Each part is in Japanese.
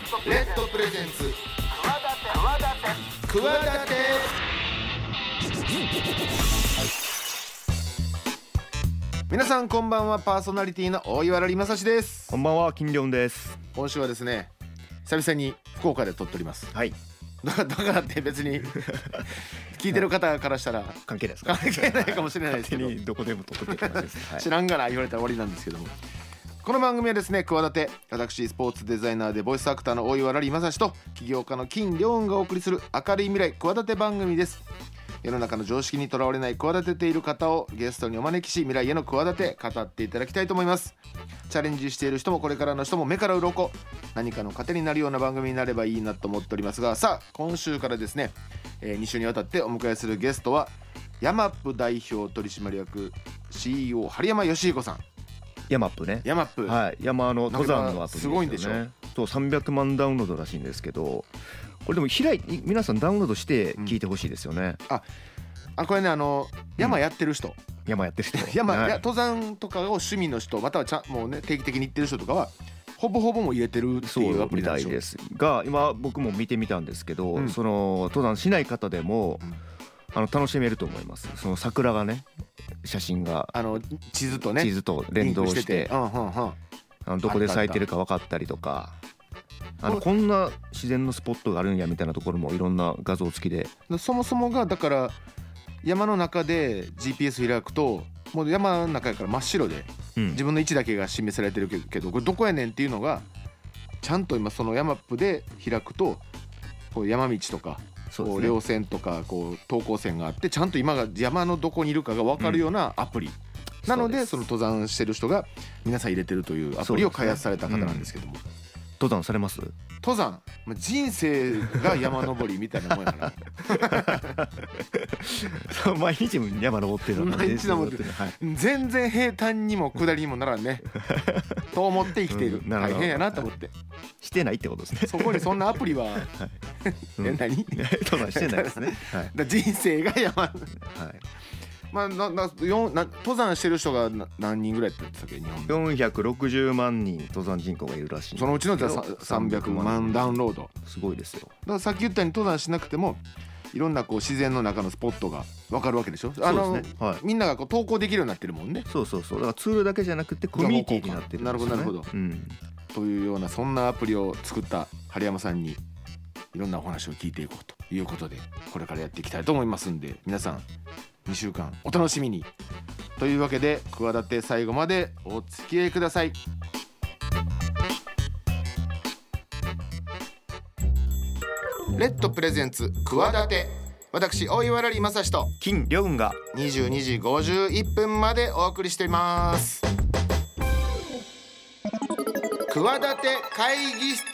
レッドプレゼンツ企て。皆さんこんばんは。パーソナリティの大岩良正史です。 こんばんは、金良です。 今週はですね、久々に福岡で撮っております。 はい。 だからって別に聞いてる方からしたら関係ないですか？ 関係ないかもしれないですけど、 どこでも撮っとけって話です、はい、 知らんがな言われたら終わりなんですけども、この番組はですね、企て、私スポーツデザイナーでボイスアクターの大岩良正史と起業家の金良雲がお送りする明るい未来企て番組です。世の中の常識にとらわれない企てている方をゲストにお招きし、未来への企て語っていただきたいと思います。チャレンジしている人もこれからの人も目から鱗、何かの糧になるような番組になればいいなと思っておりますが、さあ今週からですね、2週にわたってお迎えするゲストはヤマップ代表取締役 CEO 針山義彦さん。 ヤマップね。 ヤマップ、 はい、山の登山のアプリですよね。 すごいんでしょ。 そう、300万ダウンロードらしいんですけど、これでも皆さんダウンロードして聞いてほしいですよね、 これね、山やってる人、 山やってる人登山とかを趣味の人、またはもうね定期的に行ってる人とかはほぼほぼも入れてるっていうアプリなんでしょ。 そうみたいですが、今僕も見てみたんですけど、その登山しない方でも、楽しめると思います。その桜がね、写真が地図と連動してどこで咲いてるか分かったりとか、こんな自然のスポットがあるんやみたいなところもいろんな画像付きで、 そもそもがだから山の中で GPS 開くともう山の中やから真っ白で、自分の位置だけが示されてるけど、これどこやねんっていうのがちゃんと今そのヤマップで開くと、こう山道とかこう稜線とかこう等高線があって、ちゃんと今が山のどこにいるかが分かるようなアプリ、なのでその登山してる人が皆さん入れてるというアプリを開発された方なんですけども、 登山されます？ 登山人生が山登りみたいなもんやからそう、毎日山登ってるの、 毎日登ってる、全然平坦にも下りにもならんねと思って生きている、大変やなと思ってしてないってことですね。 そこにそんなアプリは何登山してないですね、 だ人生が山、登山してる人が何人ぐらいって言ってたっけ、日本で 460万人登山人口がいるらしい。 そのうちの300万ダウンロード、 すごいですよ。 だからさっき言ったように登山しなくてもいろんなこう自然の中のスポットが分かるわけでしょ。みんながこう投稿できるようになってるもんね。 そうだからツールだけじゃなくてコミュニティになってるんですよね。 なるほど、というようなそんなアプリを作った針山さんにいろんなお話を聞いていこうということで、これからやっていきたいと思いますんで、皆さん2週間お楽しみにというわけで、企て最後までお付き合いください。レッドプレゼンツ企て、私大岩良正史と金良雲が 22時51分までお送りしています。企て会議室。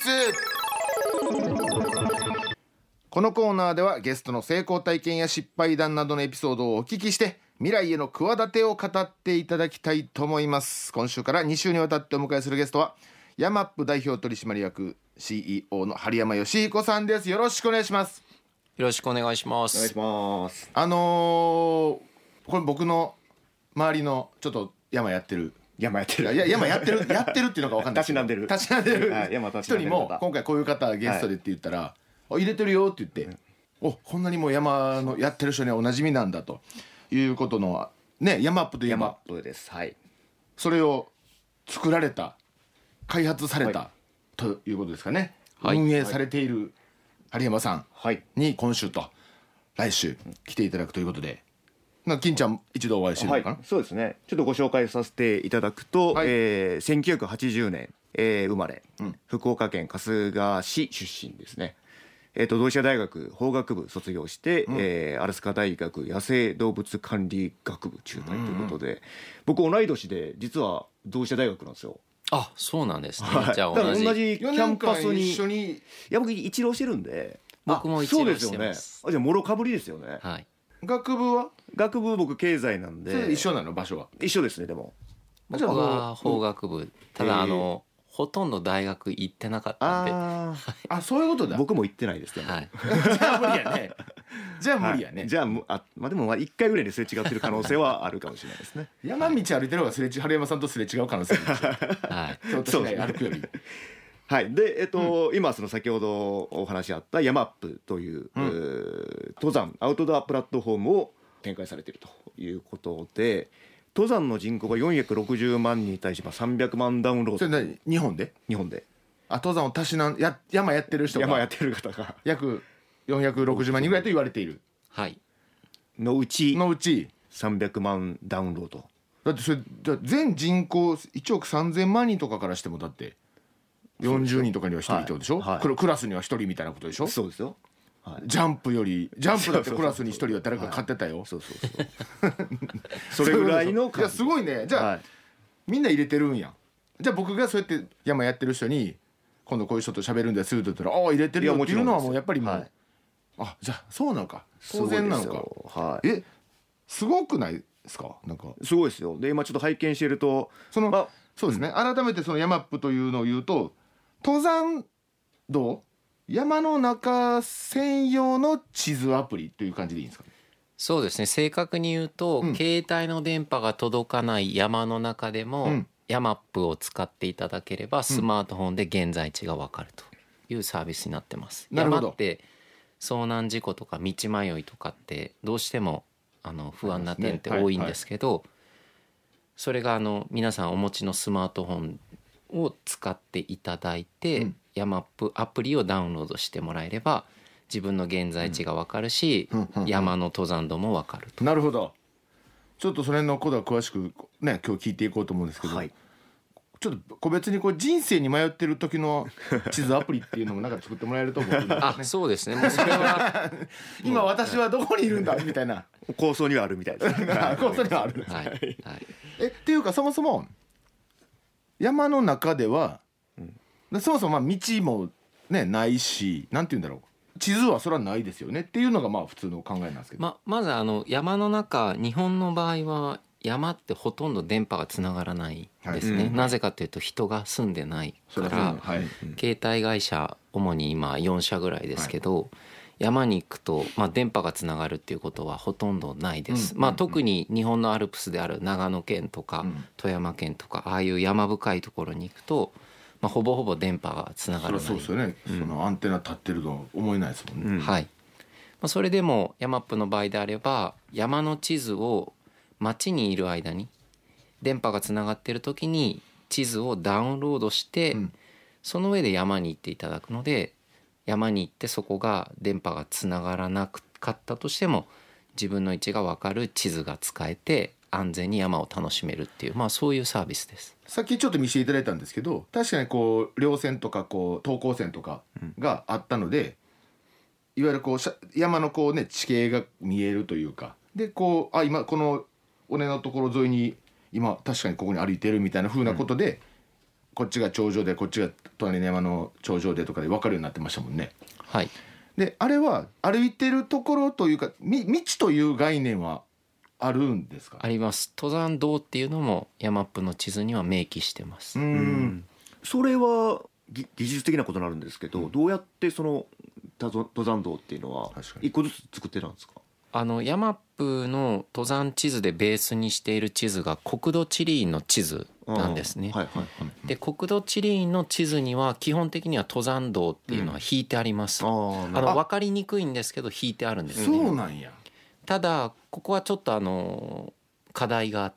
このコーナーではゲストの成功体験や失敗談などのエピソードをお聞きして、未来への企てを語っていただきたいと思います。今週から2週にわたってお迎えするゲストはヤマップ代表取締役 CEO の針山義彦さんです。よろしくお願いします。 よろしくお願いします。 お願いします。 これ僕の周りのちょっと山やってるやってるっていうのか分かんない、 たしなんでる人にも今回こういう方ゲストでって言ったら、入れてるよって言って、こんなにも山のやってる人にはおなじみなんだということのね、ヤマップというヤマップです。 それを作られた、開発された、ということですかね、運営されている針山さんに今週と来週来ていただくということで、金ちゃん一度お会いしてるのかな。 そうですね、ちょっとご紹介させていただくと、1980年、生まれ、福岡県春日市出身ですね。同志社大学法学部卒業して、アラスカ大学野生動物管理学部中退ということで、僕同い年で実は同志社大学なんですよ。 あ、そうなんですね、じゃあ同じキャンパスに一緒に。 いや、僕一浪してるんで。 僕も一浪してます。 じゃあもろかぶりですよね。 学部は僕経済なんで。 それ一緒なの？場所は一緒ですね。でも僕は法学部、ただほとんど大学行ってなかったんで。 そういうことだ。 僕も行ってないですね。 じゃあ無理やね。じゃあでも1回ぐらいですれ違ってる可能性はあるかもしれないですね。 山道歩いてる方が春山さんとすれ違う可能性ある。京都市内歩くより。 はい、で今その先ほどお話あったヤマップという、登山アウトドアプラットフォームを展開されているということで、登山の人口が460万人に対して300万ダウンロード。 それ何、日本で登山を山やってる人が山やってる方が約460万人ぐらいと言われている、 はい、 のうち300万ダウンロード。 だってそれ全人口1億3000万人とかからしてもだって40人とかには1人ってことでしょ、クラスには1人みたいなことでしょ。 そうですよ、 ジャンプだってクラスに1人は誰か買ってたよ。 そうそれぐらいのいやすごいね。じゃあ、みんな入れてるんや。じゃあ僕がそうやって山やってる人に今度こういう人と喋るんですって言ったら、入れてるよっていうのはもうやっぱりもう、じゃあそうなのか、当然なのか。すごくないですか。なんかすごいですよ。で今ちょっと拝見しているとそうですね、改めてそのヤマップというのを言うと、登山道山の中専用の地図アプリという感じでいいんですかね。 そうですね、正確に言うと、携帯の電波が届かない山の中でも、ヤマップを使っていただければスマートフォンで現在地が分かるというサービスになってます。山って遭難事故とか道迷いとかってどうしても不安な点って多いんですけど、それが皆さんお持ちのスマートフォンを使っていただいて、ヤマップアプリをダウンロードしてもらえれば自分の現在地が分かるし、山の登山道も分かると。 なるほど。ちょっとそれのことは詳しくね今日聞いていこうと思うんですけど、ちょっと個別に人生に迷ってる時の地図アプリっていうのもなんか作ってもらえると思うんですね。 そうですね、もうそれは今私はどこにいるんだみたいな構想にはあるみたいです。 構想にはあるんです、っていうかそもそも山の中では、そもそも道もねないし、なんて言うんだろう、地図はそれはないですよねっていうのが普通の考えなんですけど、 まず山の中、日本の場合は山ってほとんど電波がつながらないですね、なぜかというと人が住んでないから、携帯会社主に今4社ぐらいですけど、山に行くと、電波がつながるっていうことはほとんどないです、特に日本のアルプスである長野県とか、富山県とかああいう山深いところに行くと、ほぼほぼ電波がつながらない。 そうですよね、そのアンテナ立ってると思えないですもんね、 それでもヤマップの場合であれば山の地図を街にいる間に電波がつながっている時に地図をダウンロードして、その上で山に行っていただくので、山に行ってそこが電波がつながらなかったとしても自分の位置が分かる地図が使えて安全に山を楽しめるっていう、そういうサービスです。 さっきちょっと見せていただいたんですけど、確かに稜線とか等高線とかがあったので、いわゆる山の地形が見えるというかで、今この尾根のところ沿いに今確かにここに歩いてるみたいな風なことで、こっちが頂上でこっちが隣の山の頂上でとかで分かるようになってましたもんね。であれは歩いてるところというか道という概念はあるんですか。 あります。登山道っていうのもヤマップの地図には明記してます。 それは技術的なことになるんですけど、どうやってその登山道っていうのは一個ずつ作ってたんですか。 ヤマップの登山地図でベースにしている地図が国土地理院の地図なんですね。で国土地理院の地図には基本的には登山道っていうのは引いてあります。分かりにくいんですけど引いてあるんですね。 そうなんや。 ただここはちょっと課題があって、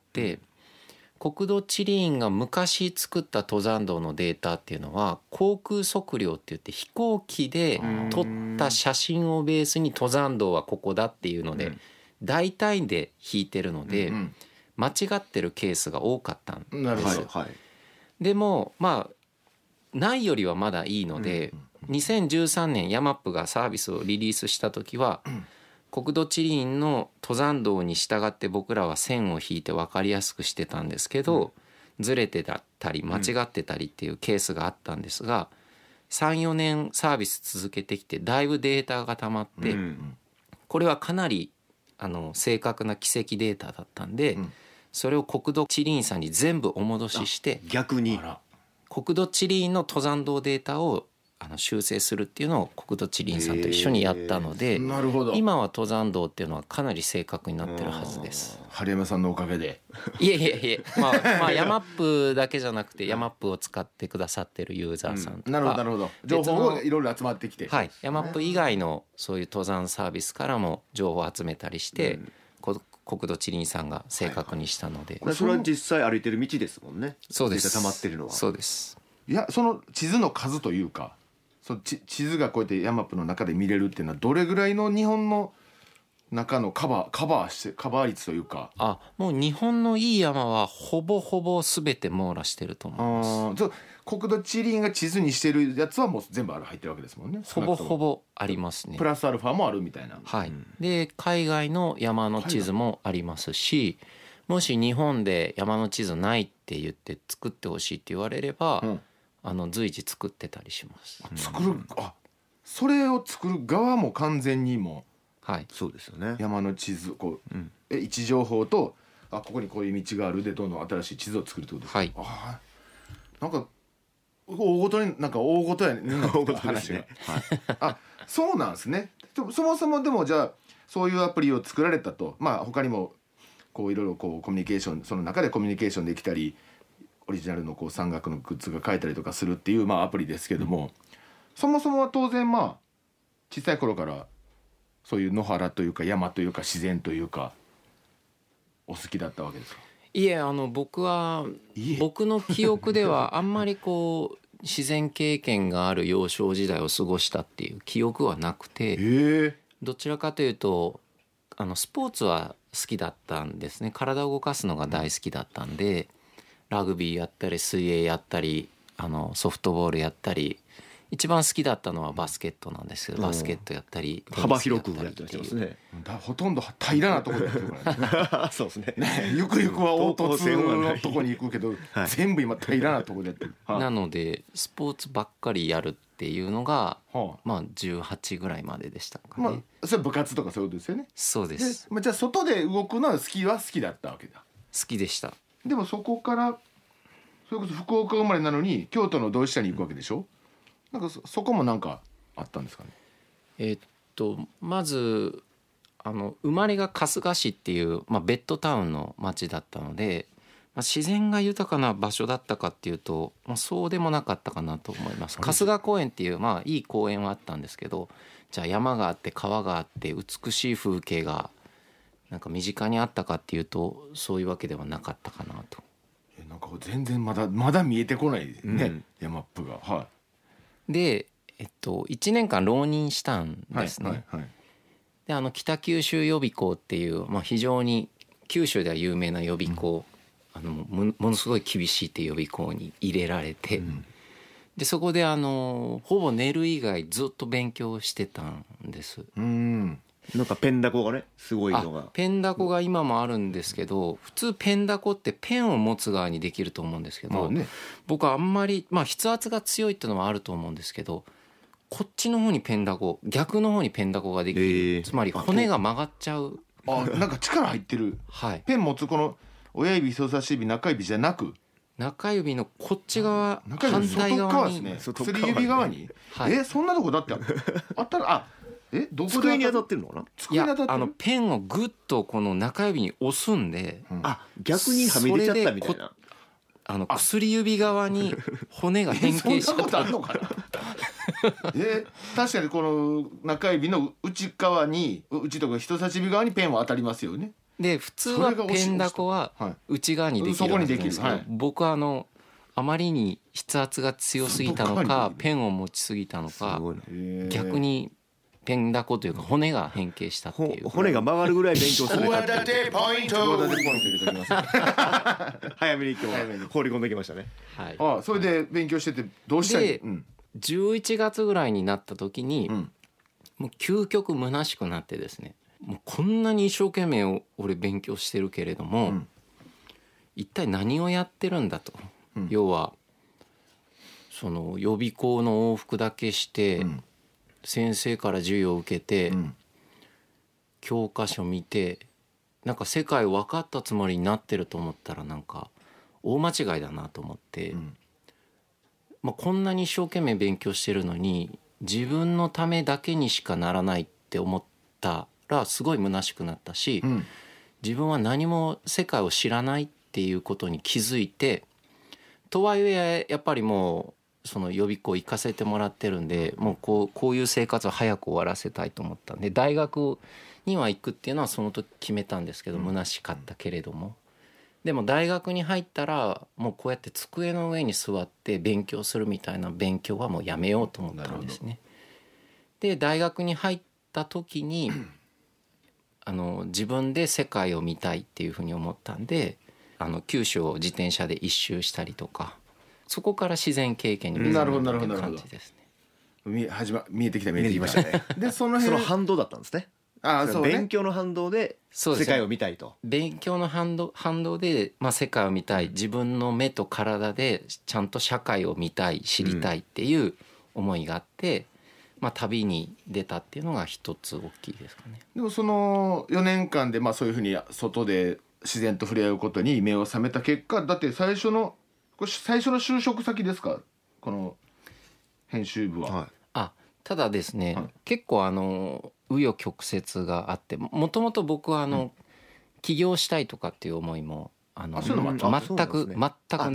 国土地理院が昔作った登山道のデータっていうのは航空測量って言って飛行機で撮った写真をベースに登山道はここだっていうので大体で引いてるので間違ってるケースが多かったんですよ。でもないよりはまだいいので、2013年ヤマップがサービスをリリースした時は国土地理院の登山道に従って僕らは線を引いて分かりやすくしてたんですけど、ずれてたり間違ってたりっていうケースがあったんですが、3、4年サービス続けてきてだいぶデータが溜まって、これはかなり正確な軌跡データだったんで、それを国土地理院さんに全部お戻しして、 逆に国土地理院の登山道データを修正するっていうのを国土地理院さんと一緒にやったので、 なるほど。 今は登山道っていうのはかなり正確になってるはずです。 春山さんのおかげで。 いえいえいえ、まあヤマップだけじゃなくてヤマップを使ってくださってるユーザーさんとか、 なるほどなるほど。情報がいろいろ集まってきて、 はい、ヤマップ以外のそういう登山サービスからも情報を集めたりして、国土地理院さんが正確にしたので、 それは実際歩いてる道ですもんね。 そうです。 実際溜まってるのは。 そうです。 いや、その地図の数というか、その地図がこうやってヤマップの中で見れるっていうのはどれぐらいの日本の中のカバー率というか。 もう日本のいい山はほぼほぼ全て網羅してると思います。 国土地理院が地図にしてるやつはもう全部入ってるわけですもんね。 ほぼほぼありますね。 プラスアルファもあるみたいな。 はい。で海外の山の地図もありますし、もし日本で山の地図ないって言って作ってほしいって言われれば、随時作ってたりします。 それを作る側も完全にもう、はい、 そうですよね。 山の地図位置情報とここにこういう道があるでどんどん新しい地図を作るってことですか。 はい。 なんか大ごとやね話が。そうなんですね。そもそもでもじゃあそういうアプリを作られたと、他にもこういろいろこうコミュニケーション、その中でコミュニケーションできたり、オリジナルのこう山岳のグッズが買えたりとかするっていうアプリですけども、そもそもは当然小さい頃からそういう野原というか山というか自然というかお好きだったわけですか。 いえ、僕の記憶ではあんまりこう自然経験がある幼少時代を過ごしたっていう記憶はなくて、どちらかというとスポーツは好きだったんですね。体を動かすのが大好きだったんで、ラグビーやったり水泳やったりソフトボールやったり、一番好きだったのはバスケットなんですけど、バスケットやったり幅広くやってますね。 ほとんど平らなところでやってるからね。 そうですね。 ゆくゆくは凹凸のとこに行くけど、全部今平らなところでやってる。 なのでスポーツばっかりやるっていうのが、18ぐらいまででしたかね。 それ部活とかそういうことですよね。 そうです。 じゃあ外で動くのは好きだったわけだ。 好きでした。 でもそこからそれこそ福岡生まれなのに京都の同志社に行くわけでしょ。なんかそこもなんかあったんですかね。 まず生まれが春日市っていう、ベッドタウンの町だったので、自然が豊かな場所だったかっていうと、そうでもなかったかなと思います。春日公園っていういい公園はあったんですけど、じゃあ山があって川があって美しい風景がなんか身近にあったかっていうと、そういうわけではなかったかなと。 なんか全然まだ見えてこないね、山っぷが。 で、1年間浪人したんですね。で北九州予備校っていう、非常に九州では有名な予備校、ものすごい厳しいっていう予備校に入れられて、でそこでほぼ寝る以外ずっと勉強してたんです。 なんかペンダコがねすごいのが、 ペンダコが今もあるんですけど、普通ペンダコってペンを持つ側にできると思うんですけど、僕はあんまり筆圧が強いっていうのはあると思うんですけど、こっちの方にペンダコ、逆の方にペンダコができる、つまり骨が曲がっちゃう。 なんか力入ってる。ペン持つこの親指人差し指中指じゃなく、 中指のこっち側、反対側に、 薬指側に、そんなとこだってあったら、どこで机に当たってるのかな。 いや、ペンをグッとこの中指に押すんで、 逆にはみ出ちゃったみたいな。 薬指側に骨が変形しちゃった。 そんなことあるのかな。確かにこの中指の内側に、内とか人差し指側にペンは当たりますよね。 で普通はペンダコは内側にできるわけですけど、僕はあまりに筆圧が強すぎたのかペンを持ちすぎたのか、逆にペンダコというか骨が変形したっていう。 骨が曲がるぐらい勉強する。 大立てポイント。 早めに今日放り込んできましたね。 それで勉強しててどうしたい。 11月ぐらいになった時に、もう究極虚しくなってですね、もうこんなに一生懸命俺勉強してるけれども、一体何をやってるんだと。要はその予備校の往復だけして、先生から授業を受けて、教科書見て、なんか世界分かったつもりになってると思ったら、なんか大間違いだなと思って、 こんなに一生懸命勉強してるのに自分のためだけにしかならないって思ったらすごい虚しくなったし、自分は何も世界を知らないっていうことに気づいて、とはいえやっぱりもうその予備校行かせてもらってるんで、もうこういう生活を早く終わらせたいと思ったんで、大学には行くっていうのはその時決めたんですけど、虚しかったけれども、でも大学に入ったらもうこうやって机の上に座って勉強するみたいな勉強はもうやめようと思ったんですね。で大学に入った時に自分で世界を見たいっていうふうに思ったんで、九州を自転車で一周したりとか、そこから自然経験に目覚めたという感じですね。 見えてきたましたね。でその反動だったんですね。 そうね、 勉強の反動で世界を見たいと。 勉強の反動で、世界を見たい、自分の目と体でちゃんと社会を見たい、知りたいっていう思いがあって、旅に出たっていうのが一つ大きいですかね。 でもその4年間でそういうふうに外で自然と触れ合うことに目を覚めた結果、だって最初の就職先ですか、この編集部は。 ただですね、結構紆余曲折があって、もともと僕は起業したいとかっていう思いも全くな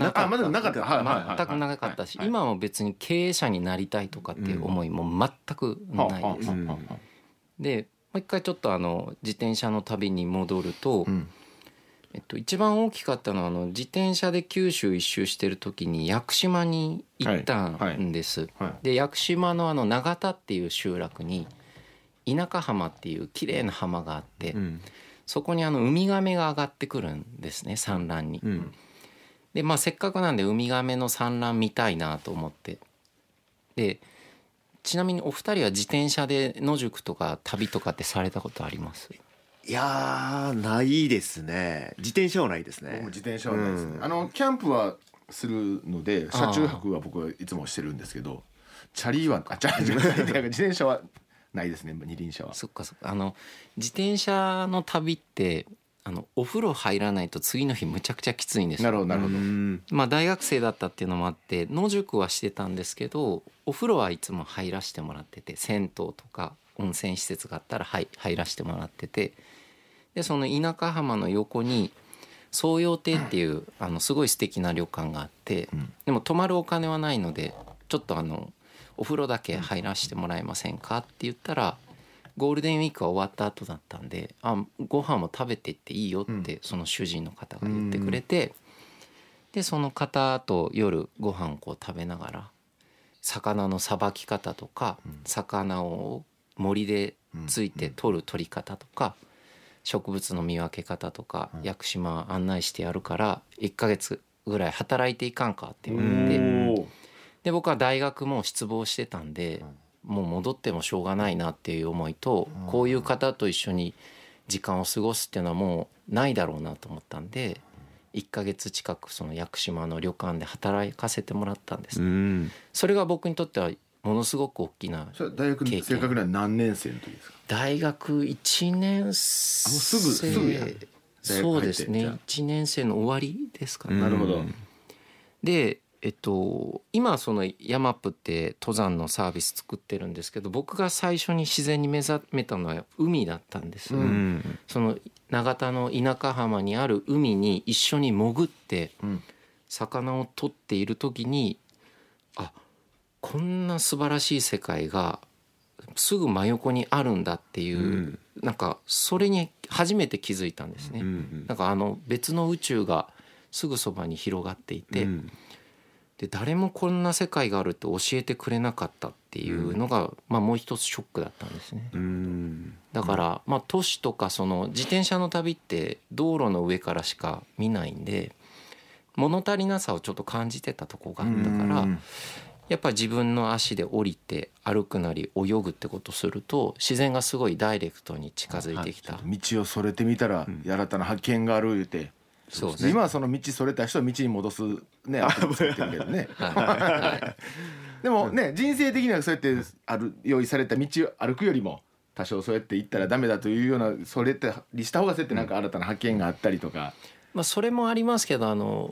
かったし、今も別に経営者になりたいとかっていう思いも全くないです。でもう一回ちょっと自転車の旅に戻ると、一番大きかったのは自転車で九州一周してる時に屋久島に行ったんです。で屋久島の長田っていう集落に田舎浜っていう綺麗な浜があって、そこにウミガメが上がってくるんですね、産卵に。でせっかくなんでウミガメの産卵見たいなと思って、でちなみにお二人は自転車で野宿とか旅とかってされたことあります？ いやないですね。自転車はないですね。 自転車はないですね。キャンプはするので、車中泊は僕はいつもしてるんですけど、チャリは自転車はないですね、二輪車は。 そっか。自転車の旅ってお風呂入らないと次の日むちゃくちゃきついんですよ。 なるほど。 大学生だったっていうのもあって野宿はしてたんですけど、お風呂はいつも入らせてもらってて、銭湯とか温泉施設があったら入らせてもらってて、でその田舎浜の横に宗陽亭っていうすごい素敵な旅館があって、でも泊まるお金はないのでちょっとお風呂だけ入らせてもらえませんかって言ったら、ゴールデンウィークが終わった後だったんで、ご飯も食べてっていいよってその主人の方が言ってくれて、でその方と夜ご飯を食べながら魚のさばき方とか、魚を森でついて取る取り方とか、植物の見分け方とか、屋久島案内してやるから1ヶ月ぐらい働いていかんかって言われて、で僕は大学も失望してたんで、もう戻ってもしょうがないなっていう思いと、こういう方と一緒に時間を過ごすっていうのはもうないだろうなと思ったんで、1ヶ月近くその屋久島の旅館で働かせてもらったんですね。それが僕にとってはものすごく大きな経験。 大学の正確には何年生の時ですか？ 大学1年生。 すぐや。 そうですね、1年生の終わりですかね。 なるほど。 で今そのヤマップって登山のサービス作ってるんですけど、僕が最初に自然に目覚めたのは海だったんです。その長田の田舎浜にある海に一緒に潜って魚を取っている時に、こんな素晴らしい世界がすぐ真横にあるんだっていう、なんかそれに初めて気づいたんですね。なんか別の宇宙がすぐそばに広がっていて、で誰もこんな世界があるって教えてくれなかったっていうのが、もう一つショックだったんですね。だから都市とかその自転車の旅って道路の上からしか見ないんで、物足りなさをちょっと感じてたとこがあったから、やっぱり自分の足で降りて歩くなり泳ぐってことすると、自然がすごいダイレクトに近づいてきた。 道をそれてみたら新たな発見がある言うて、そうですね、今はその道それた人を道に戻すね、アプリ作ってるけどねでもね、人生的にはそうやって用意された道を歩くよりも多少そうやって行ったらダメだというような、それってした方がそうやってなんか新たな発見があったりとか、 それもありますけど、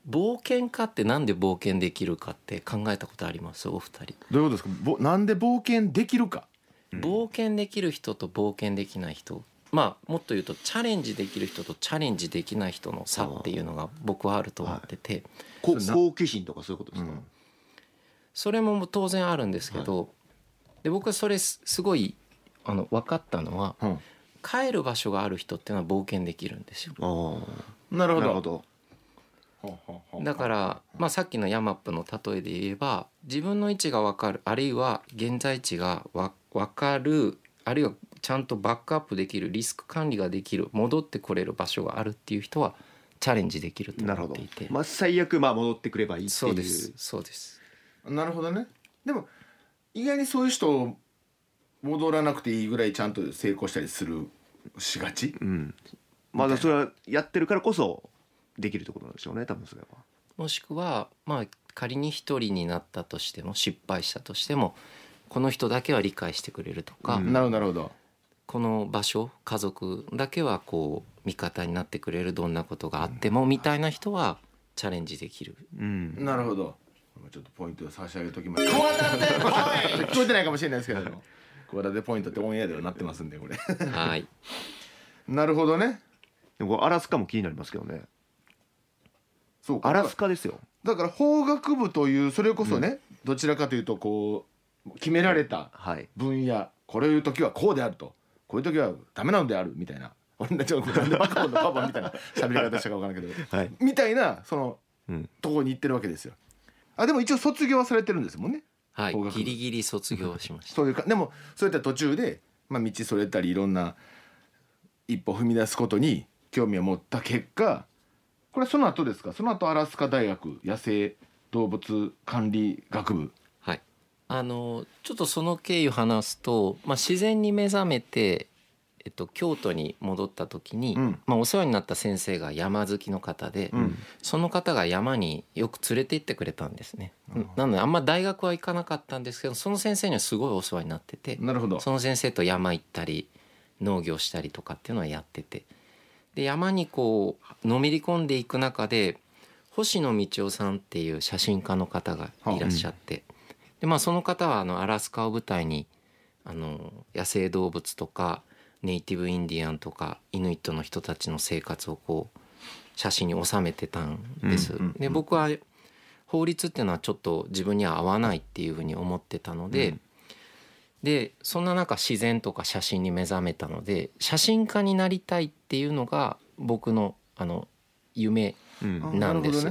冒険家ってなんで冒険できるかって考えたことあります？お二人。 どういうことですか？なんで冒険できるか。 冒険できる人と冒険できない人、まあもっと言うとチャレンジできる人とチャレンジできない人の差っていうのが僕はあると思ってて、 好奇心とかそういうことですか？ それも当然あるんですけど、で僕はそれすごい分かったのは、帰る場所がある人っていうのは冒険できるんですよ。 なるほど。 だから、まあ、さっきのヤマップの例えで言えば、自分の位置が分かる、あるいは現在地が分かる、あるいはちゃんとバックアップできる、リスク管理ができる、戻ってこれる場所があるっていう人はチャレンジできると思っていて、 まあ、最悪戻ってくればいいっていう。 そうですそうです。 なるほどね。でも意外にそういう人戻らなくていいぐらいちゃんと成功したりしがち、 まだそれはやってるからこそできるってことなんでしょうね、多分それは。 もしくはまあ仮に一人になったとしても、失敗したとしても、この人だけは理解してくれるとか、 なるほど。 この場所、家族だけはこう味方になってくれる、どんなことがあってもみたいな人はチャレンジできる。 なるほど。ちょっとポイントを差し上げときます。聞こえてないかもしれないですけども、小田でポイントってオンエアではなってますんで、これ。 はい。 なるほどね。 でもアラスカも気になりますけどね。 そうか、 アラスカですよ。 だから法学部というそれこそね、どちらかというとこう決められた分野、これいう時はこうであると、こういう時はダメなのであるみたいな、俺ちょっとなんでバカボンのパパみたいな喋り方したか分からんけど、みたいなその、とこに行ってるわけですよ。でも一応卒業はされてるんですもんね。 はい、ギリギリ卒業しました。 そういうか、でもそういった途中で、道それたりいろんな一歩踏み出すことに興味を持った結果、これその後ですか？その後アラスカ大学野生動物管理学部。 はい。ちょっとその経緯を話すと、自然に目覚めて、京都に戻った時に、お世話になった先生が山好きの方で、その方が山によく連れて行ってくれたんですね。なのであんま大学は行かなかったんですけど、その先生にはすごいお世話になってて、 なるほど。 その先生と山行ったり農業したりとかっていうのはやってて、で山にこうのめり込んでいく中で、星野道夫さんっていう写真家の方がいらっしゃって、でその方はアラスカを舞台に野生動物とかネイティブインディアンとかイヌイットの人たちの生活をこう写真に収めてたんです。で僕は法律っていうのはちょっと自分には合わないっていうふうに思ってたので、でそんな中自然とか写真に目覚めたので、写真家になりたいっていうのが僕の夢なんです。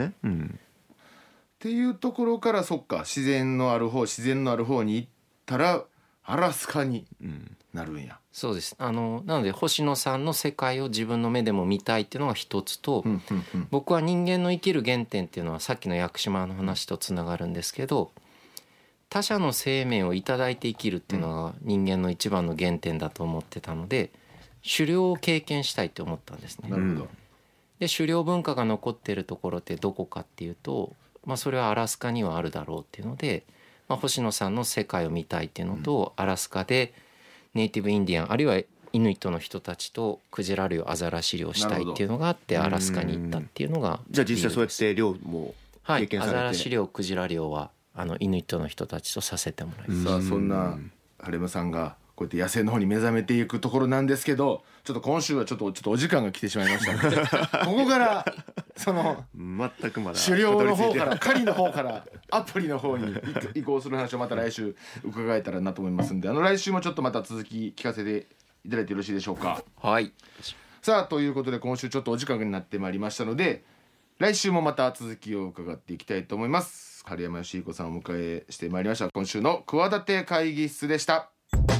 っていうところから、そっか、自然のある方に行ったらアラスカになるんや。 そうです。なので星野さんの世界を自分の目でも見たいっていうのが一つと、僕は人間の生きる原点っていうのはさっきの屋久島の話とつながるんですけど、他者の生命をいただいて生きるっていうのが人間の一番の原点だと思ってたので、狩猟を経験したいって思ったんですね。 なるほど。 で狩猟文化が残ってるところってどこかっていうと、それはアラスカにはあるだろうっていうので、星野さんの世界を見たいっていうのと、アラスカでネイティブインディアンあるいはイヌイットの人たちとクジラ漁、アザラシ漁したいっていうのがあって、アラスカに行ったっていうのが。 じゃあ実際そうやって漁も経験されて、 アザラシ漁、クジラ漁はイヌイットの人たちとさせてもらいます。 さあそんなハレムさんがこうやって野生の方に目覚めていくところなんですけど、ちょっと今週はちょっとお時間が来てしまいましたのでここからその全くまだ狩猟の方から狩りの方からアプリの方に移行する話をまた来週伺えたらなと思いますんで、来週もちょっとまた続き聞かせていただいてよろしいでしょうか。 はい。 さあということで、今週ちょっとお時間になってまいりましたので、来週もまた続きを伺っていきたいと思います。春山義彦さんをお迎えしてまいりました。今週の企て会議室でした。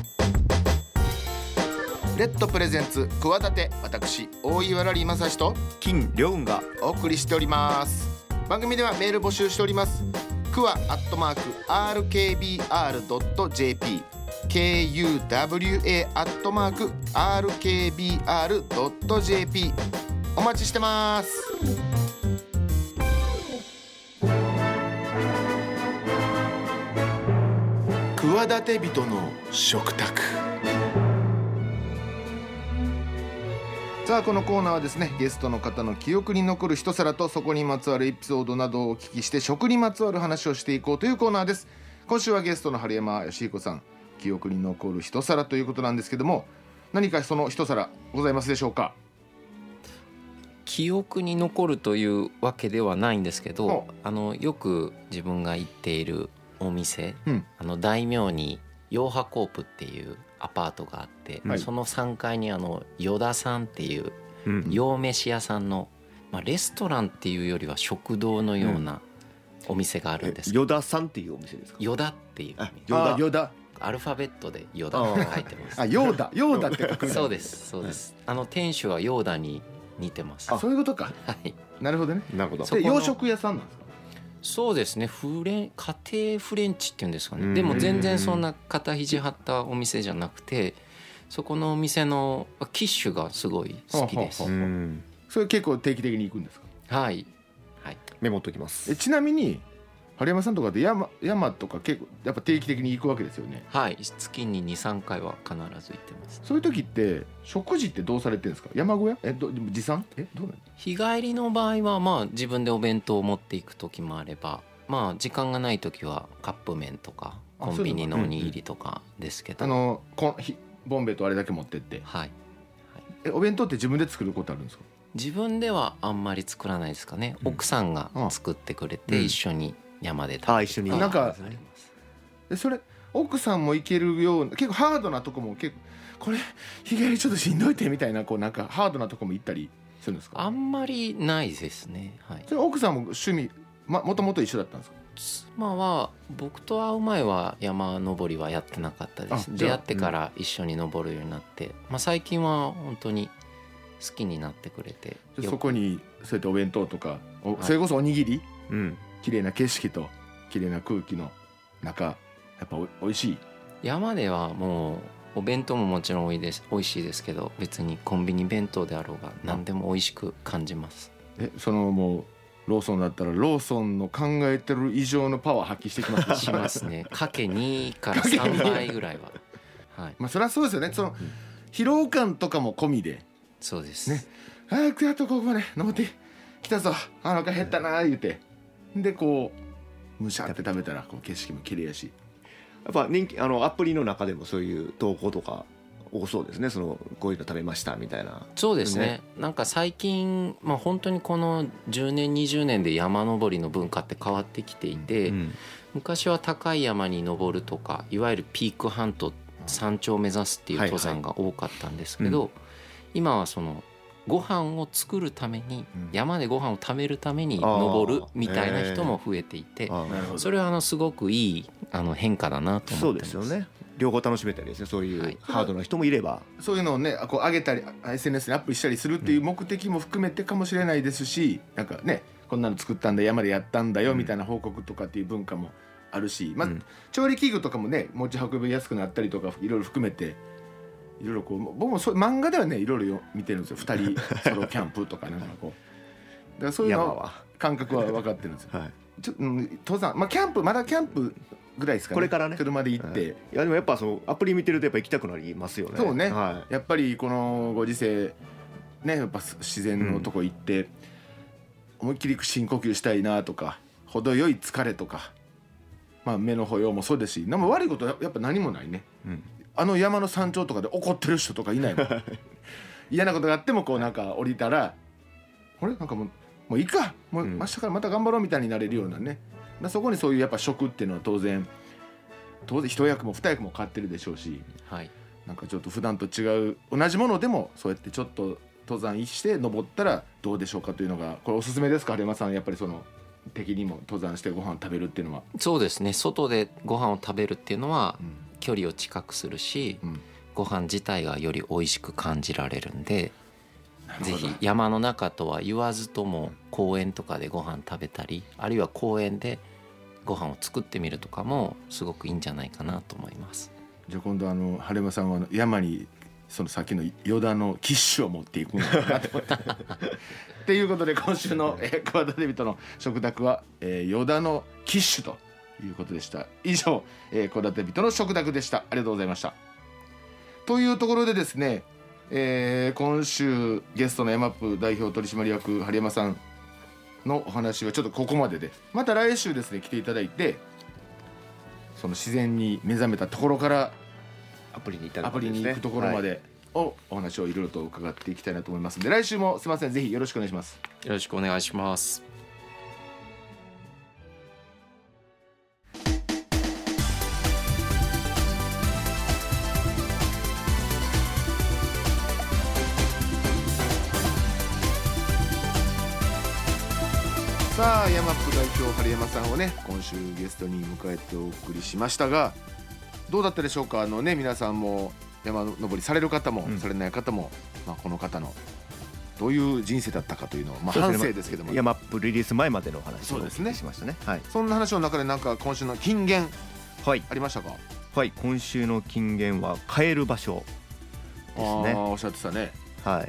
レッドプレゼンツ企て、私大岩良理正史と金良雲がお送りしております。番組ではメール募集しております。クワ@rkbr.jp kuwa@rkbr.jp お待ちしてます。企て人の食卓。 さあこのコーナーはですね、ゲストの方の記憶に残る一皿とそこにまつわるエピソードなどをお聞きして食にまつわる話をしていこうというコーナーです。今週はゲストの春山義彦さん、記憶に残る一皿ということなんですけども、何かその一皿ございますでしょうか？ 記憶に残るというわけではないんですけど、よく自分が行っているお店、大名にヨーハコープっていうアパートがあって、その3階にヨダさんっていう洋飯屋さんの、レストランっていうよりは食堂のようなお店があるんですけど、 ヨダさんっていうお店ですか？ ヨダっていう、 ヨダアルファベットでヨダって書いてます。 ヨーダって書く。 そうですそうです、店主はヨーダに似てます。 そういうことか。 はい、 なるほどね。 なるほど。 で洋食屋さんなんですか？ そうですね、家庭フレンチっていうんですかね。でも全然そんな肩肘張ったお店じゃなくて、そこのお店のキッシュがすごい好きです。 それ結構定期的に行くんですか？ はい、はい、 メモっときます。 ちなみに春山さんとかで山とか結構やっぱ定期的に行くわけですよね。 はい、月に 2,3 回は必ず行ってます。 そういう時って食事ってどうされてるんですか？山小屋持参どうなの？ 日帰りの場合は自分でお弁当を持っていく時もあれば、時間がない時はカップ麺とかコンビニのおにぎりとかですけど、 ボンベとあれだけ持ってって、 はい、 お弁当って自分で作ることあるんですか？ 自分ではあんまり作らないですかね。奥さんが作ってくれて一緒に山で食べる。 一緒になんかそれ奥さんもいけるような結構ハードなとこも結構これ日帰りちょっとしんどいてみたいななんかハードなとこも行ったりするんですか？ あんまりないですね。はい、 それ奥さんも趣味もともと一緒だったんですか？ 妻は僕と会う前は山登りはやってなかったです。出会ってから一緒に登るようになって、最近は本当に好きになってくれて、 そこにそうやってお弁当とか、それこそおにぎり、綺麗な景色と綺麗な空気の中やっぱおいしい。 山ではもうお弁当ももちろん美味しいですけど、別にコンビニ弁当であろうが何でも美味しく感じます。 もうローソンだったらローソンの考えてる以上のパワー発揮してきますね。 しますね。かけ2から3倍ぐらいは。はい。 そりゃそうですよね。疲労感とかも込みで。 そうですね。早くやっとここまで登ってきたぞ。お腹減ったな言うて。でむしゃって食べたら景色も綺麗やし。 やっぱ人気アプリの中でもそういう投稿とか多そうですね。こういうの食べましたみたいな。 そうですね。なんか最近本当にこの10年20年で山登りの文化って変わってきていて、昔は高い山に登るとか、いわゆるピークハント、山頂を目指すっていう登山が多かったんですけど、今はご飯を作るために、山でご飯を食べるために登るみたいな人も増えていて、それはすごくいい変化だなと思ってます。 そうですよね。両方楽しめたりですね。そういうハードな人もいれば、 そういうのをね上げたり SNS にアップしたりするっていう目的も含めてかもしれないですし、なんかねこんなの作ったんだ山でやったんだよみたいな報告とかっていう文化もあるし、調理器具とかもね持ち運びやすくなったりとかいろいろ含めて、いろいろ僕も漫画ではねいろいろ見てるんですよ。2人ソロキャンプとかなんかだからそういうの感覚は分かってるんですよ。登山キャンプまだキャンプぐらいですかね。 これからね車で行って、 いやでもやっぱアプリ見てるとやっぱ行きたくなりますよね。 そうね、やっぱりこのご時世ね、やっぱ自然のとこ行って、思いっきり深呼吸したいなとか、程よい疲れとか、目の保養もそうですし、悪いことやっぱ何もないね、山の山頂とかで怒ってる人とかいないの嫌なことがあってもなんか降りたらあれなんかもういいか、もう明日からまた頑張ろうみたいになれるようなね、そこにそういうやっぱ食っていうのは当然一役も二役も変わってるでしょうし、なんかちょっと普段と違う同じものでもそうやってちょっと登山して登ったらどうでしょうかというのが、これおすすめですか春山さん。やっぱり敵にも登山してご飯食べるっていうのは。そうですね、 外でご飯を食べるっていうのは距離を近くするし、ご飯自体がより美味しく感じられるんで、ぜひ山の中とは言わずとも公園とかでご飯食べたり、あるいは公園でご飯を作ってみるとかもすごくいいんじゃないかなと思います。 じゃあ今度春山さんは山にさっきのヨダのキッシュを持っていくのかなと思ってっていうことで今週の桑田デビットの食卓はヨダのキッシュということでした。以上桑田デビットの食卓でした。ありがとうございました。というところでですね、 今週ゲストのヤマップ代表取締役針山さんのお話はちょっとここまでで、また来週ですね来ていただいて、その自然に目覚めたところからアプリに行くところまでをお話をいろいろと伺っていきたいなと思いますので、来週もすいません、ぜひよろしくお願いします。 よろしくお願いします。 さあヤマップ代表針山さんをね今週ゲストに迎えてお送りしましたが、どうだったでしょうか。皆さんも山登りされる方も、されない方も、この方のどういう人生だったかというのを、反省ですけども、 ヤマップリリース前までのお話をそうですねしましたね。はい、 そんな話の中でなんか今週の金言、ありましたか。 はい、今週の金言は帰る場所ですね。 おっしゃってたね。 はい、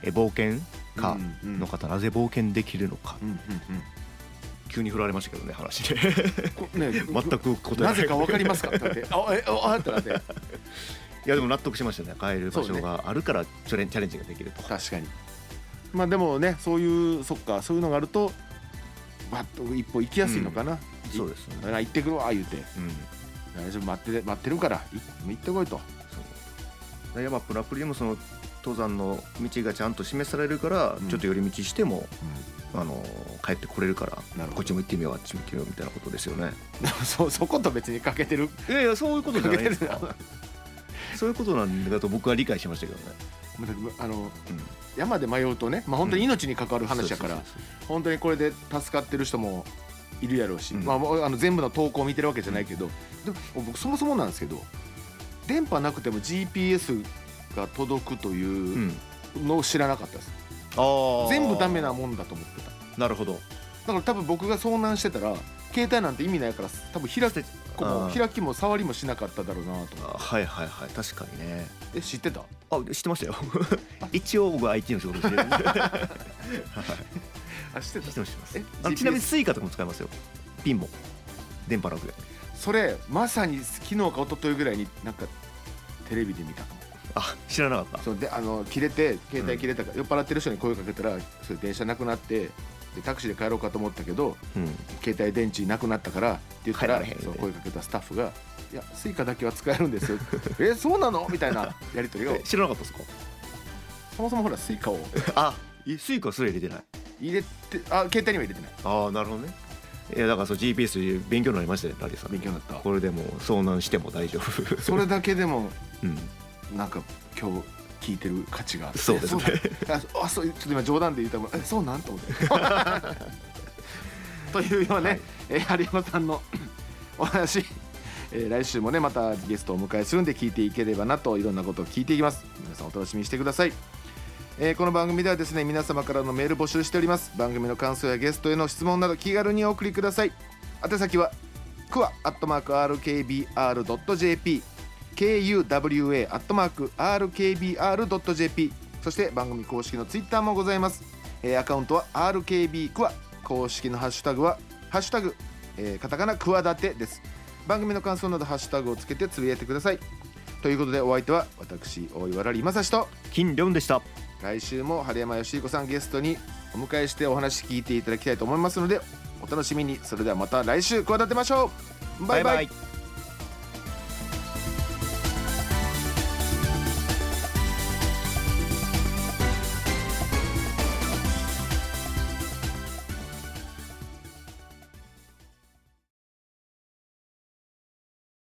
冒険家の方、なぜ冒険できるのか、急に振られましたけどね、話で全く答えなぜか分かりますかってってってなっていやでも納得しましたね。帰る場所があるからチャレンジができると。 確かに。でもね、そういうそういうのがあるとバッと一歩行きやすいのかな。 そうですね。 行ってくるわ言うて、大丈夫、待ってるから行ってこいと。 ヤマップのアプリでもその登山の道がちゃんと示されるから、ちょっと寄り道しても、帰ってこれるから、こっちも行ってみようあっちも行ってみようみたいなことですよね。 そこと別に欠けてる。 いやそういうことじゃないですかそういうことなんだと僕は理解しましたけどね。 山で迷うとね、本当に命に関わる話やから、本当にこれで助かってる人もいるやろうし、全部の投稿を見てるわけじゃないけど、でも僕そもそもなんですけど、電波なくても GPS が届くというのを知らなかったです。全部ダメなもんだと思ってた。 なるほど。 だから多分僕が遭難してたら携帯なんて意味ないから、多分開きも触りもしなかっただろうなと思って。 はいはいはい、確かにね。 知ってた？ 知ってましたよ一応僕は IT の仕事してるんで知ってます。ちなみにスイカとかも使いますよ。ピンも電波なくで。 それまさに昨日か一昨日ぐらいになんかテレビで見たかも。 知らなかった。 そうで携帯切れたから、酔っ払ってる人に声かけたら、それ電車なくなってでタクシーで帰ろうかと思ったけど、携帯電池なくなったからって言ったら、声かけたスタッフがいやスイカだけは使えるんですよそうなのみたいなやり取りを知らなかったですか。 そもそもほらスイカをスイカすら入れてない。 携帯には入れてない。 なるほどね。いやだからGPS 勉強になりましたね。ラリーさん勉強になった。 これでも遭難しても大丈夫それだけでもなんか今日聞いてる価値があって。 そうですねそうちょっと今冗談で言ったもんそうなんと思ってというようなね、有山さんのお話、来週もねまたゲストをお迎えするんで聞いていければなと、いろんなことを聞いていきます。皆さんお楽しみにしてください。この番組ではですね皆様からのメール募集しております。番組の感想やゲストへの質問など気軽にお送りください。宛先はkuwa@rkbr.jp kuwa@rkbr.jp、 そして番組公式のツイッターもございます。アカウントは RKB クワ、公式のハッシュタグはハッシュタグ、カタカナクワダテです。番組の感想などハッシュタグをつけてつぶやいてください。ということでお相手は私大岩良理正史と金良でした。 来週も春山義彦さんゲストにお迎えしてお話聞いていただきたいと思いますのでお楽しみに。それではまた来週企てましょう。バイバイ。